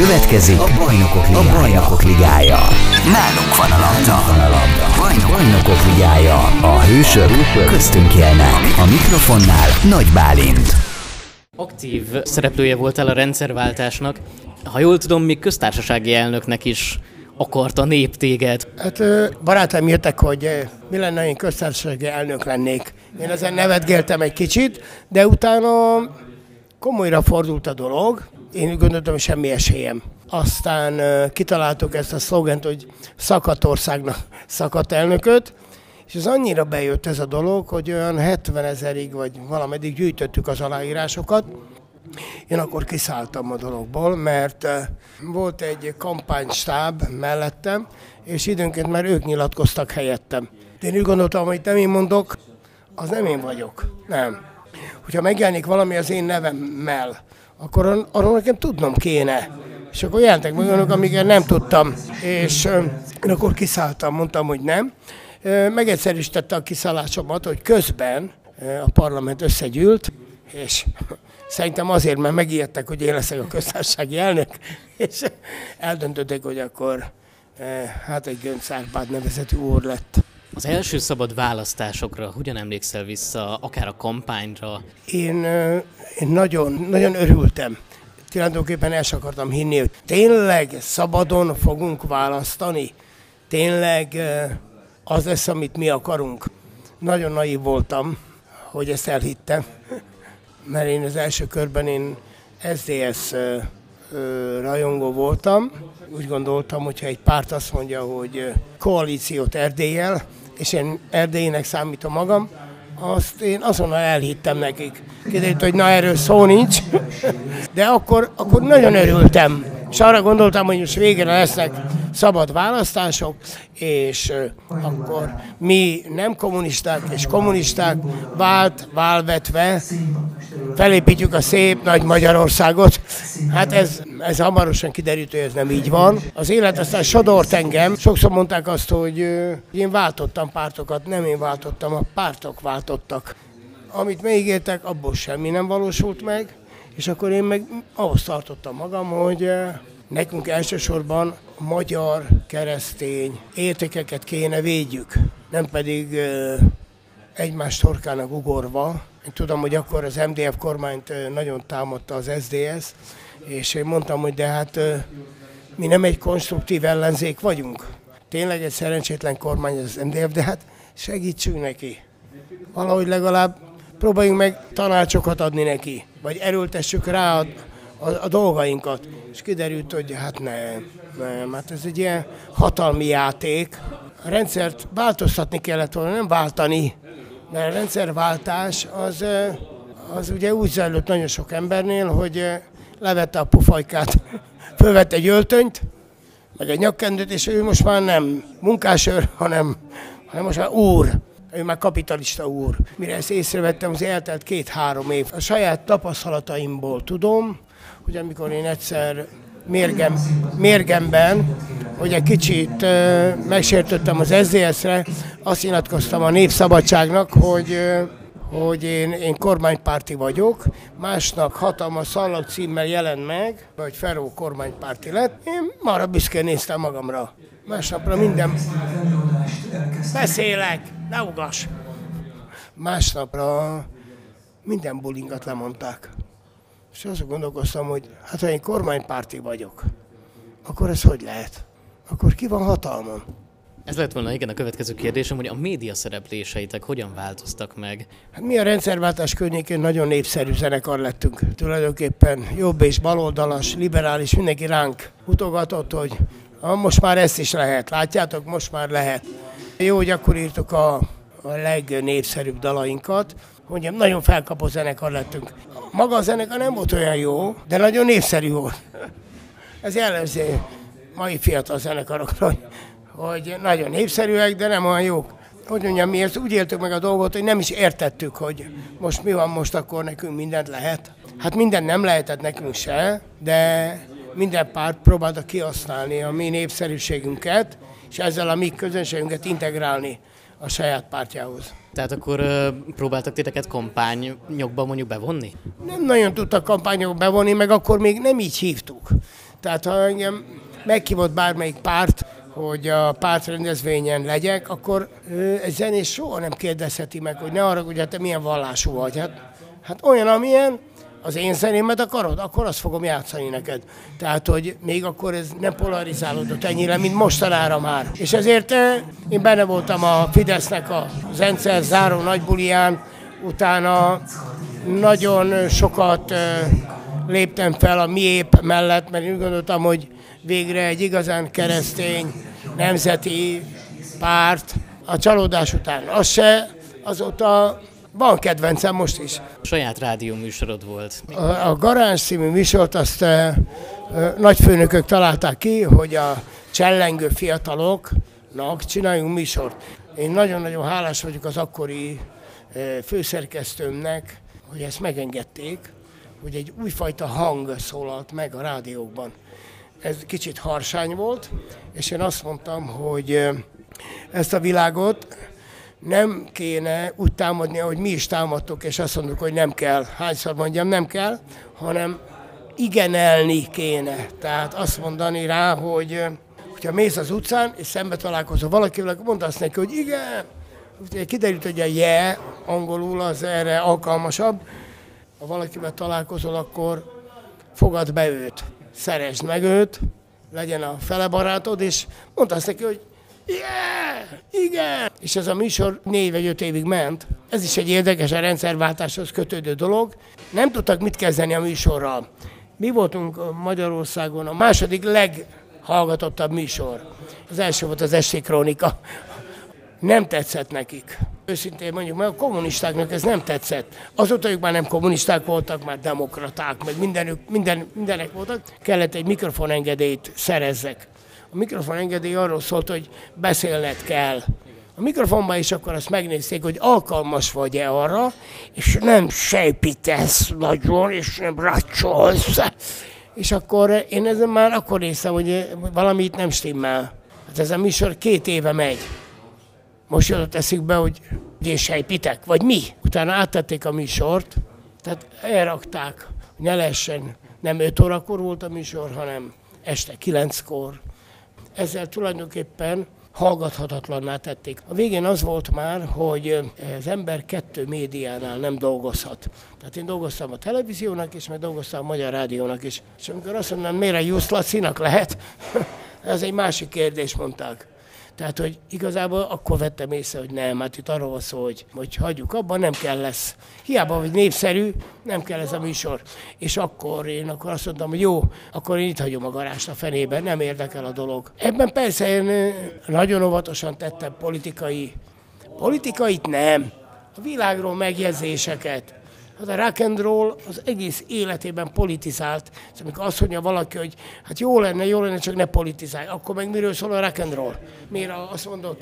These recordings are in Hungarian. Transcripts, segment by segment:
Következik a Bajnokok Ligája. Nálunk van a labda. Bajnokok Ligája. A hősök köztünk élnek. A mikrofonnál Nagy Bálint. Aktív szereplője voltál a rendszerváltásnak. Ha jól tudom, még köztársasági elnöknek is akart a nép téged. Hát barátaim jöttek, hogy mi lenne, én köztársasági elnök lennék. Én ezen nevetgéltem egy kicsit, de utána komolyra fordult a dolog. Én úgy gondoltam, hogy semmi esélyem. Aztán kitaláltuk ezt a szlogent, hogy szakadt országnak szakadt elnököt, és ez annyira bejött ez a dolog, hogy olyan 70 000-ig vagy valameddig gyűjtöttük az aláírásokat. Én akkor kiszálltam a dologból, mert volt egy kampánystáb mellettem, és időnként már ők nyilatkoztak helyettem. Én úgy gondoltam, hogy nem én mondok, az nem én vagyok. Nem. Hogyha megjelenik valami az én nevemmel, akkor arról nekem tudnom kéne. És akkor jelentek meg olyanok, amiket nem tudtam. És én akkor kiszálltam, mondtam, hogy nem. Megegyszerűsítette a kiszállásomat, hogy közben a parlament összegyűlt, és szerintem azért, mert megijedtek, hogy én leszek a köztársasági elnök, és eldöntötték, hogy akkor hát egy Göncz Árpád nevezetű úr lett. Az első szabad választásokra hogyan emlékszel vissza, akár a kampányra? Én nagyon, nagyon örültem. Tulajdonképpen el sem akartam hinni, hogy tényleg szabadon fogunk választani. Tényleg az lesz, amit mi akarunk. Nagyon naív voltam, hogy ezt elhittem. Mert én az első körben én SZDSZ rajongó voltam. Úgy gondoltam, hogyha egy párt azt mondja, hogy koalíciót Erdéllyel, és én Erdélynek számítom magam, azt én azonnal elhittem nekik. Kiderült, hogy na, erről szó nincs, de akkor nagyon örültem. És arra gondoltam, hogy most végre lesznek szabad választások, és akkor mi nem kommunisták és kommunisták válvetve felépítjük a szép nagy Magyarországot. Hát ez hamarosan kiderült, hogy ez nem így van. Az élet aztán sodort engem. Sokszor mondták azt, hogy én váltottam pártokat. Nem én váltottam, a pártok váltottak. Amit megígértek, abból semmi nem valósult meg, és akkor én meg ahhoz tartottam magam, hogy nekünk elsősorban magyar, keresztény értékeket kéne védjük, nem pedig egymás torkának ugorva. Én tudom, hogy akkor az MDF kormányt nagyon támadta az SZDSZ, és én mondtam, hogy de hát mi nem egy konstruktív ellenzék vagyunk. Tényleg egy szerencsétlen kormány az MDF, de hát segítsünk neki. Valahogy legalább próbáljunk meg tanácsokat adni neki, vagy erőltessük rá a dolgainkat. És kiderült, hogy hát nem, hát ez egy ilyen hatalmi játék. A rendszert változtatni kellett volna, nem váltani, mert a rendszerváltás az ugye úgy zajlott nagyon sok embernél, hogy levette a pufajkát, fölvette egy öltönyt, meg egy nyakkendőt, és ő most már nem munkásőr, hanem most már úr. Ő már kapitalista úr. Mire ezt észrevettem, az eltelt 2-3 év. A saját tapasztalataimból tudom, hogy amikor én egyszer mérgemben, hogy egy kicsit megsértöttem az SZDSZ-re, azt nyilatkoztam a Népszabadságnak, hogy én kormánypárti vagyok, másnap Hatalmas Szallag címmel jelent meg, hogy Feró kormánypárti lett. Én marra büszkén néztem magamra. Másnapra minden... Beszélek, ne ugass! Másnapra minden bullingat lemondták. És azt gondolkoztam, hogy hát ha én kormánypárti vagyok, akkor ez hogy lehet? Akkor ki van hatalmon? Ez lett volna igen a következő kérdésem, hogy a média szerepléseitek hogyan változtak meg? Hát mi a rendszerváltás környékén nagyon népszerű zenekar lettünk. Tulajdonképpen jobb és baloldalas, liberális, mindenki ránk mutogatott, hogy most már ezt is lehet. Látjátok, most már lehet. Jó, hogy akkor írtuk a legnépszerűbb dalainkat, hogy nagyon felkapott zenekar lettünk. Maga a zenekar nem volt olyan jó, de nagyon népszerű volt. Ez jellemző mai fiatal zenekarokra, hogy nagyon népszerűek, de nem olyan jók. Hogy mondjam, mi ezt úgy éltük meg a dolgot, hogy nem is értettük, hogy most mi van, most akkor nekünk mindent lehet. Hát mindent nem lehetett nekünk se, de minden párt próbálta kihasználni a mi népszerűségünket, és ezzel a mi közönségünket integrálni a saját pártjához. Tehát akkor próbáltak titeket kampányokba mondjuk bevonni? Nem nagyon tudtak kampányokba bevonni, meg akkor még nem így hívtuk. Tehát ha engem meghívott bármelyik párt, hogy a pártrendezvényen legyek, akkor egy zenés soha nem kérdezheti meg, hogy ne arra, hogy hát te milyen vallású vagy. Hát olyan, amilyen az én zenémet akarod, akkor azt fogom játszani neked. Tehát, hogy még akkor ez nem polarizálódott ennyire, mint mostanára már. És ezért én benne voltam a Fidesznek a Zenszer záró nagybuliján, utána nagyon sokat léptem fel a miép mellett, mert úgy gondoltam, hogy végre egy igazán keresztény nemzeti párt a csalódás után. Az se, azóta van kedvencem most is. Saját rádió műsorod volt. A Garázs című műsort azt nagyfőnökök találták ki, hogy a csellengő fiataloknak csináljunk műsort. Én nagyon-nagyon hálás vagyok az akkori főszerkesztőmnek, hogy ezt megengedték, hogy egy újfajta hang szólalt meg a rádiókban. Ez kicsit harsány volt, és én azt mondtam, hogy ezt a világot nem kéne úgy támadni, ahogy mi is támadtuk, és azt mondjuk, hogy nem kell. Hányszor mondjam, nem kell, hanem igenelni kéne. Tehát azt mondani rá, hogy ha mész az utcán, és szembe találkozol valakivel, akkor mondd azt neki, hogy igen. Kiderült, hogy a yeah angolul az erre alkalmasabb. Ha valakivel találkozol, akkor fogad be őt, szeresd meg őt, legyen a fele barátod, és mondd azt neki, hogy igen! És ez a műsor 4 vagy 5 évig ment. Ez is egy érdekes, a rendszerváltáshoz kötődő dolog. Nem tudtak mit kezdeni a műsorral. Mi voltunk Magyarországon a második leghallgatottabb műsor. Az első volt az Esti Krónika. Nem tetszett nekik. Őszintén mondjuk, mert a kommunistáknak ez nem tetszett. Azóta ők már nem kommunisták voltak, már demokraták, meg mindenek voltak. Kellett egy mikrofonengedélyt szerezzek. A mikrofonengedély arról szólt, hogy beszélned kell. A mikrofonban is akkor azt megnézték, hogy alkalmas vagy-e arra, és nem sejpítesz nagyon, és nem racsolsz. És akkor én ezen már akkor néztem, hogy valami itt nem stimmel. Hát ez a műsor 2 éve megy. Most jutott eszükbe, hogy én sejpitek, vagy mi? Utána áttették a műsort, tehát elrakták, hogy ne lehessen, nem 5 órakor volt a műsor, hanem este 9-kor. Ezzel tulajdonképpen hallgathatatlanná tették. A végén az volt már, hogy az ember 2 médiánál nem dolgozhat. Tehát én dolgoztam a televíziónak is, meg dolgoztam a Magyar Rádiónak is. És amikor azt mondom, miért a Jusz Lacinak lehet, ez egy másik kérdés, mondták. Tehát, hogy igazából akkor vettem észre, hogy nem, hát itt arról van szó, hogy hagyjuk abban, nem kell lesz. Hiába, hogy népszerű, nem kell ez a műsor. És akkor azt mondtam, hogy jó, akkor én itt hagyom a garást a fenében, nem érdekel a dolog. Ebben persze én nagyon óvatosan tettem politikait nem. A világról megjegyzéseket. Hát a rock and roll az egész életében politizált. És amikor azt mondja valaki, hogy hát jó lenne, csak ne politizálj, akkor meg miről szól a rock and roll? Miért azt mondod,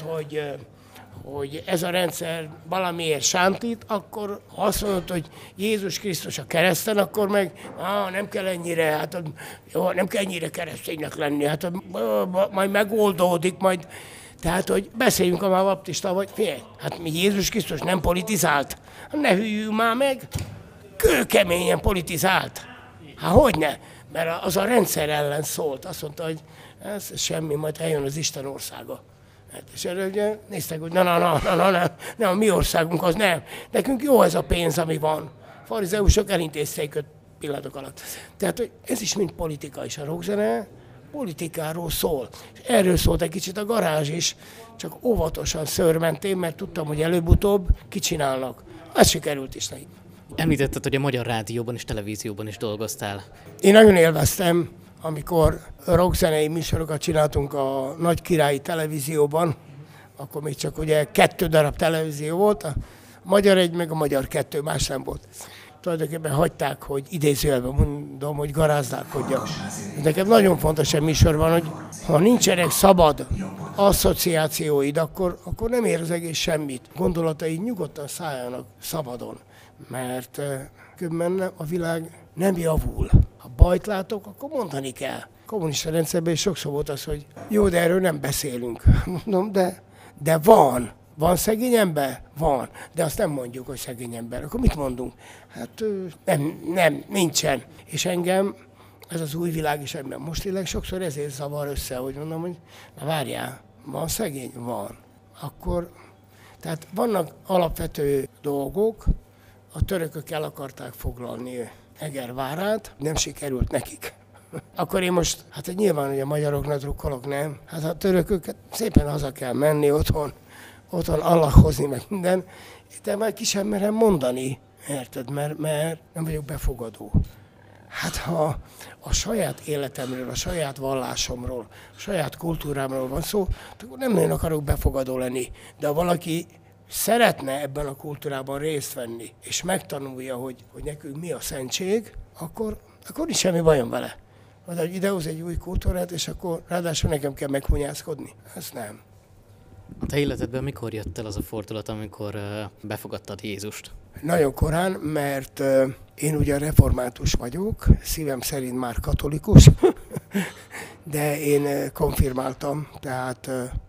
hogy ez a rendszer valamiért sántít, akkor ha azt mondod, hogy Jézus Krisztus a kereszten, akkor meg nem kell ennyire, nem kell ennyire kereszténynek lenni, majd megoldódik, majd. Tehát, hogy beszéljünk a már baptista, vagy figyelj, hát mi Jézus Krisztus nem politizált? Ne hűljünk már meg, kőkeményen politizált. Hát hogyne? Mert az a rendszer ellen szólt. Azt mondta, hogy ez semmi, majd eljön az Isten országa. És erre ugye néztek, hogy nem, a mi országunk az nem. Nekünk jó ez a pénz, ami van. Farizeusok elintézték 5 pillanatok alatt. Tehát, hogy ez is mind politika, és a rockzene politikáról szól. És erről szólt egy kicsit a Garázs is, csak óvatosan szőrmentén, mert tudtam, hogy előbb-utóbb kicsinálnak. Ez sikerült is nekik. Említetted, hogy a Magyar Rádióban és televízióban is dolgoztál. Én nagyon élveztem, amikor rockzenei műsorokat csináltunk a Nagy Királyi Televízióban, akkor még csak ugye 2 darab televízió volt, a Magyar 1 meg a Magyar 2, más nem volt. Tulajdonképpen hagyták, hogy idézőjelben mondom, hogy garázdálkodjak. Nekem nagyon fontos egy műsorban, hogy ha nincsenek szabad asszociációid, akkor nem ér az egész semmit. Gondolatai nyugodtan szálljanak szabadon, mert különben a világ nem javul. Ha bajt látok, akkor mondani kell. A kommunista rendszerben is sokszor volt az, hogy jó, de erről nem beszélünk. Mondom, de van. Van szegény ember? Van. De azt nem mondjuk, hogy szegény ember. Akkor mit mondunk? Hát nem, nincsen. És engem ez az új világ is ebben most tényleg sokszor ezért zavar össze, hogy mondom, hogy na várjál, van szegény? Van. Akkor, tehát vannak alapvető dolgok, a törökök el akarták foglalni Egervárát, nem sikerült nekik. Akkor én most, hát nyilván, hogy a magyaroknak drukkolok, nem? Hát a törököket szépen haza kell menni otthon allahozni meg minden, de már ki sem merem mondani, érted? Mert nem vagyok befogadó. Hát ha a saját életemről, a saját vallásomról, a saját kultúrámról van szó, akkor nem nagyon akarok befogadó lenni. De ha valaki szeretne ebben a kultúrában részt venni, és megtanulja, hogy nekünk mi a szentség, akkor nincs semmi bajom vele. Hogy idehoz egy új kultúrát, és akkor ráadásul nekem kell meghunyászkodni. Ezt nem. A te életedben mikor jött el az a fordulat, amikor befogadtad Jézust? Nagyon korán, mert én ugye református vagyok, szívem szerint már katolikus, de én konfirmáltam, tehát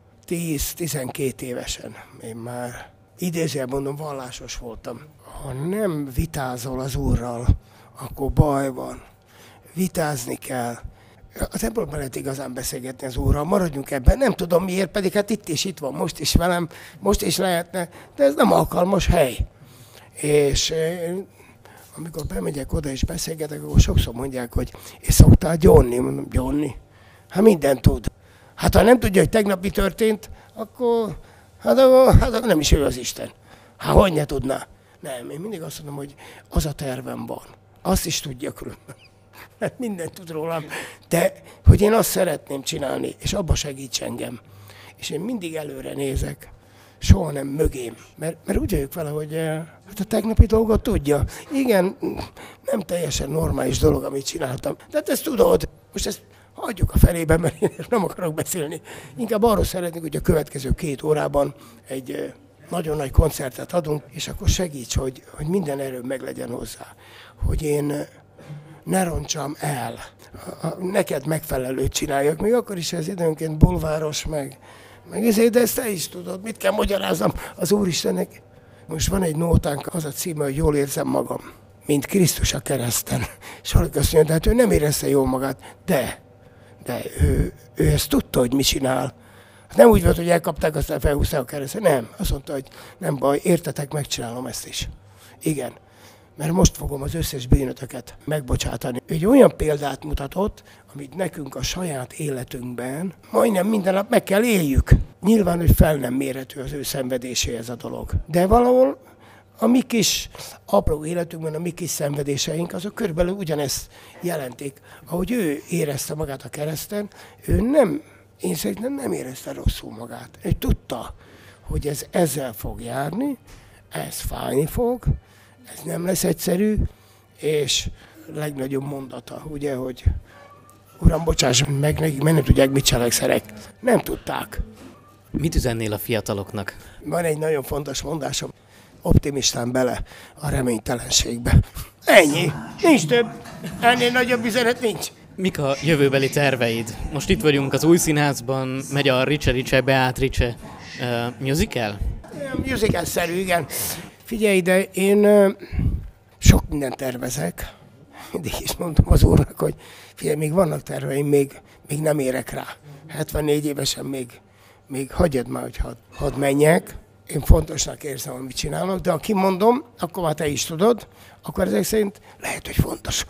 10-12 évesen én már idézőjelben mondom, vallásos voltam. Ha nem vitázol az Úrral, akkor baj van. Vitázni kell. A templomban lehet igazán beszélgetni az Úrral, maradjunk ebben. Nem tudom miért, pedig hát itt van, most is velem, most is lehetne, de ez nem alkalmas hely. És amikor bemegyek oda és beszélgetek, akkor sokszor mondják, hogy és szoktál gyónni? Mondom, gyónni? Hát mindent tud. Hát ha nem tudja, hogy tegnap mi történt, akkor nem is ő az Isten. Hát hogy ne tudná? Nem, én mindig azt mondom, hogy az a tervem van. Azt is tudja különben. Mert mindent tud rólam, de hogy én azt szeretném csinálni, és abba segíts engem. És én mindig előre nézek, soha nem mögém, mert úgy vagyok vele, hogy hát a tegnapi dolgot tudja. Igen, nem teljesen normális dolog, amit csináltam, de hát ezt tudod. Most ezt hagyjuk a felébe, mert én nem akarok beszélni. Inkább arról szeretnék, hogy a következő 2 órában egy nagyon nagy koncertet adunk, és akkor segíts, hogy minden erőm meglegyen hozzá. Hogy én ne roncsam el, neked megfelelőt csináljak, még akkor is ez időnként bulváros, meg ezért, de ezt te is tudod, mit kell magyaráznom az Úristennek. Most van egy nótánk, az a címe, hogy jól érzem magam, mint Krisztus a kereszten. És valaki azt mondja, de hát ő nem érezte jól magát, de ő ezt tudta, hogy mit csinál. Nem úgy volt, hogy elkapták, aztán felhúzták a kereszten, nem. Azt mondta, hogy nem baj, értetek, megcsinálom ezt is. Igen. Mert most fogom az összes bűnötöket megbocsátani. Egy olyan példát mutatott, amit nekünk a saját életünkben majdnem minden nap meg kell éljük. Nyilván, hogy fel nem mérhető az ő szenvedéséhez a dolog. De valahol a mi kis apró életünkben, a mi kis szenvedéseink, azok körülbelül ugyanezt jelentik. Ahogy ő érezte magát a kereszten, ő én szerintem nem érezte rosszul magát. Ő tudta, hogy ez ezzel fog járni, ez fájni fog, ez nem lesz egyszerű, és legnagyobb mondata, ugye, hogy Uram, bocsáss meg nekik, mert nem tudják, mit cselekszenek. Nem tudták. Mit üzennél a fiataloknak? Van egy nagyon fontos mondásom, optimistán bele a reménytelenségbe. Ennyi, nincs több, ennél nagyobb üzenet nincs. Mik a jövőbeli terveid? Most itt vagyunk az Új Színházban, megy a Ricse, Beatrice musical? Musical-szerű, igen. Figyelj ide, én sok mindent tervezek. Mindig is mondtam az Úrnak, hogy figyelj, még vannak terveim, még nem érek rá. 74 évesen még hagyjad már, hogy hadd menjek. Én fontosnak érzem, amit csinálok, de ha kimondom, akkor már te is tudod, akkor ezek szerint lehet, hogy fontos.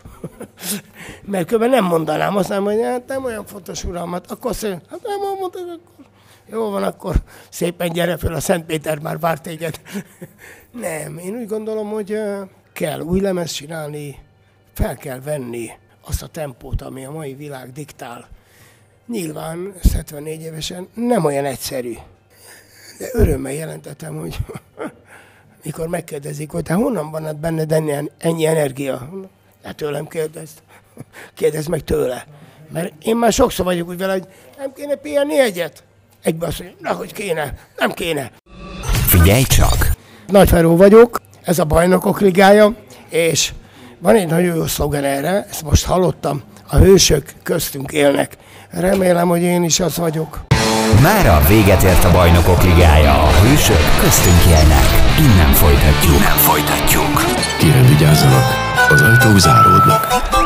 Mert különben nem mondanám, azt mondom, hogy hát nem olyan fontos, Uram, akkor azt mondom, hát nem mondod, akkor jó van, akkor szépen gyere föl, a Szent Péter már vár téged. Nem, én úgy gondolom, hogy kell új lemezt csinálni, fel kell venni azt a tempót, ami a mai világ diktál. Nyilván 74 évesen nem olyan egyszerű, de örömmel jelentettem, hogy mikor megkérdezik, hogy te honnan van benned ennyi energia? Hát tőlem kérdezd meg tőle. Mert én már sokszor vagyok úgy vele, hogy nem kéne pihenni egyet. Egyben azt mondja, nahogy kéne, nem kéne. Figyelj csak! Nagyferó vagyok, ez a Bajnokok Ligája, és van egy nagyon jó szlogen erre, ezt most hallottam, a hősök köztünk élnek. Remélem, hogy én is az vagyok. Mára véget ért a Bajnokok Ligája, a hősök köztünk élnek. Innen folytatjuk. Kérem, vigyázzanak, az ajtók záródnak.